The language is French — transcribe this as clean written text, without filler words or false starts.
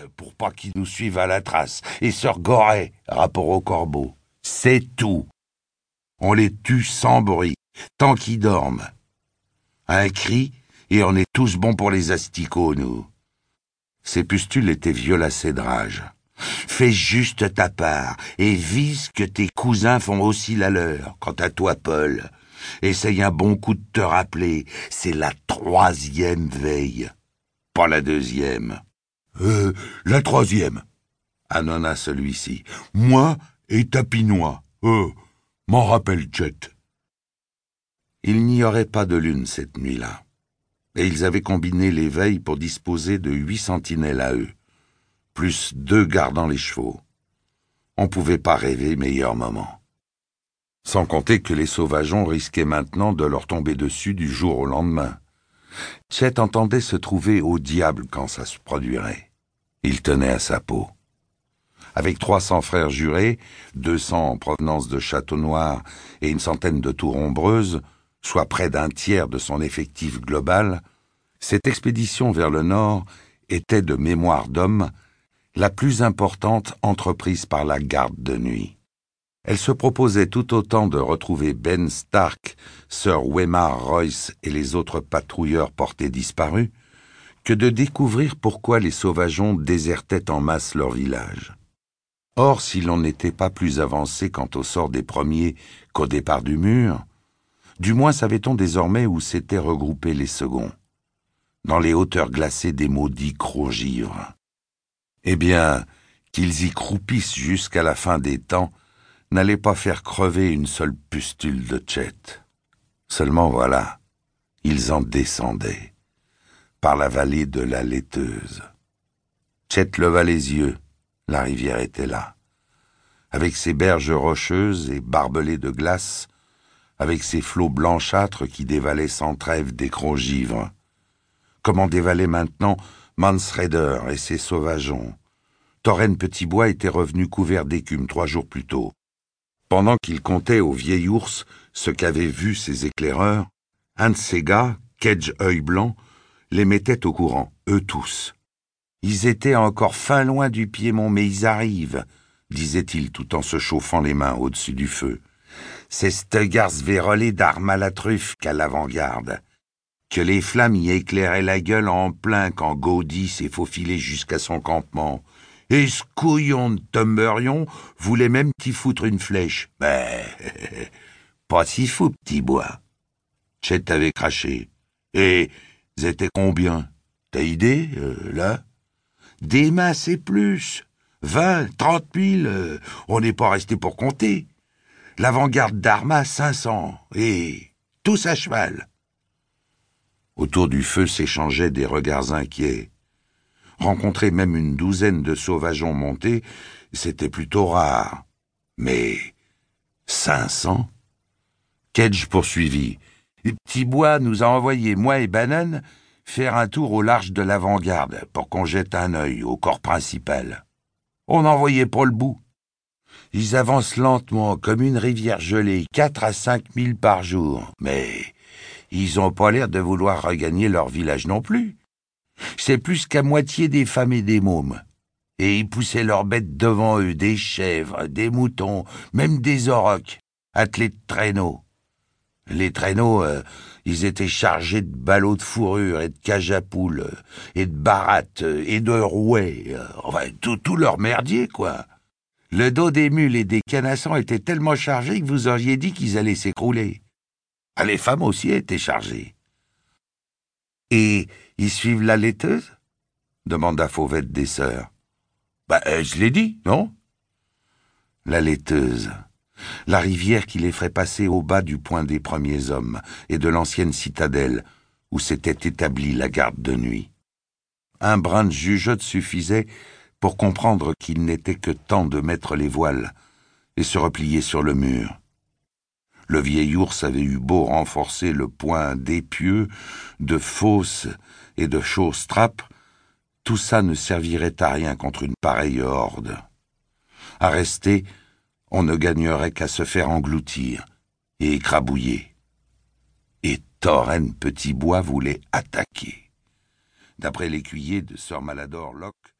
pour pas qu'ils nous suivent à la trace, et Sir Goret, rapport au corbeau. C'est tout. On les tue sans bruit, tant qu'ils dorment. Un cri, et on est tous bons pour les asticots, nous. Ces pustules étaient violacées de rage. Fais juste ta part, et vise que tes cousins font aussi la leur. Quant à toi, Paul, essaye un bon coup de te rappeler, c'est la 3e veille, pas la 2e. La 3e, annonna celui-ci. Moi et Tapinois. M'en rappelle, Chet. Il n'y aurait pas de lune cette nuit-là, et ils avaient combiné les veilles pour disposer de 8 sentinelles à eux, plus 2 gardant les chevaux. On pouvait pas rêver meilleur moment. Sans compter que les sauvageons risquaient maintenant de leur tomber dessus du jour au lendemain. Chet entendait se trouver au diable quand ça se produirait. Il tenait à sa peau. Avec 300 frères jurés, 200 en provenance de Château-Noir et une centaine de Tours-Ombreuses, soit près d'un tiers de son effectif global, cette expédition vers le nord était, de mémoire d'homme, la plus importante entreprise par la garde de nuit. Elle se proposait tout autant de retrouver Ben Stark, Sir Waymar Royce et les autres patrouilleurs portés disparus, que de découvrir pourquoi les sauvageons désertaient en masse leur village. Or, si l'on n'était pas plus avancé quant au sort des premiers qu'au départ du mur, du moins savait-on désormais où s'étaient regroupés les seconds, dans les hauteurs glacées des maudits crocs-givres. Eh bien, qu'ils y croupissent jusqu'à la fin des temps n'allait pas faire crever une seule pustule de Chet. Seulement voilà, ils en descendaient, par la vallée de la Laiteuse. Chet leva les yeux, la rivière était là, avec ses berges rocheuses et barbelées de glace, avec ses flots blanchâtres qui dévalaient sans trêve des crocs-givres. Comme en dévalait maintenant Mansreder et ses sauvageons. Torren Petitbois était revenu couvert d'écume 3 jours plus tôt. Pendant qu'il contait au vieil ours ce qu'avaient vu ses éclaireurs, un de ses gars, Kedge Œil Blanc, les mettait au courant, eux tous. Ils étaient encore fin loin du Piémont, mais ils arrivent, disait-il tout en se chauffant les mains au-dessus du feu. C'est c'te garce vérolée d'armes à la truffe qu'à l'avant-garde. Que les flammes y éclairaient la gueule en plein quand Gaudi s'est faufilé jusqu'à son campement. Et ce couillon de Tumberion voulait même t'y foutre une flèche. Ben, pas si fou, Petitbois. Chet avait craché. Et ils étaient combien? T'as idée, là? Des masses et plus. 20, 30 000, on n'est pas resté pour compter. L'avant-garde d'Arma, 500, et tous à cheval. Autour du feu s'échangeaient des regards inquiets. Rencontrer même une douzaine de sauvageons montés, c'était plutôt rare. Mais 500? Kedge poursuivit. Petitbois nous a envoyé, moi et Bannon, faire un tour au large de l'avant-garde pour qu'on jette un œil au corps principal. On n'en voyait pas le bout. Ils avancent lentement, comme une rivière gelée, 4 à 5 000 par jour. Mais ils ont pas l'air de vouloir regagner leur village non plus. C'est plus qu'à moitié des femmes et des mômes. Et ils poussaient leurs bêtes devant eux, des chèvres, des moutons, même des aurochs, attelés de traîneaux. Les traîneaux, ils étaient chargés de ballots de fourrure et de cages à poules, et de barattes, et de rouets, enfin, tout leur merdier, quoi. Le dos des mules et des canassons était tellement chargé que vous auriez dit qu'ils allaient s'écrouler. Ah, les femmes aussi étaient chargées. « Et ils suivent la laiteuse ?» demanda Fauvette des sœurs. « Je l'ai dit, non ?» La laiteuse, la rivière qui les ferait passer au bas du point des premiers hommes et de l'ancienne citadelle où s'était établie la garde de nuit. Un brin de jugeote suffisait pour comprendre qu'il n'était que temps de mettre les voiles et se replier sur le mur. Le vieil ours avait eu beau renforcer le point d'épieux, de fausses et de chausse trappes, tout ça ne servirait à rien contre une pareille horde. À rester, on ne gagnerait qu'à se faire engloutir et écrabouiller. Et Torren Petitbois voulait attaquer. D'après l'écuyer de Sir Malador Locke,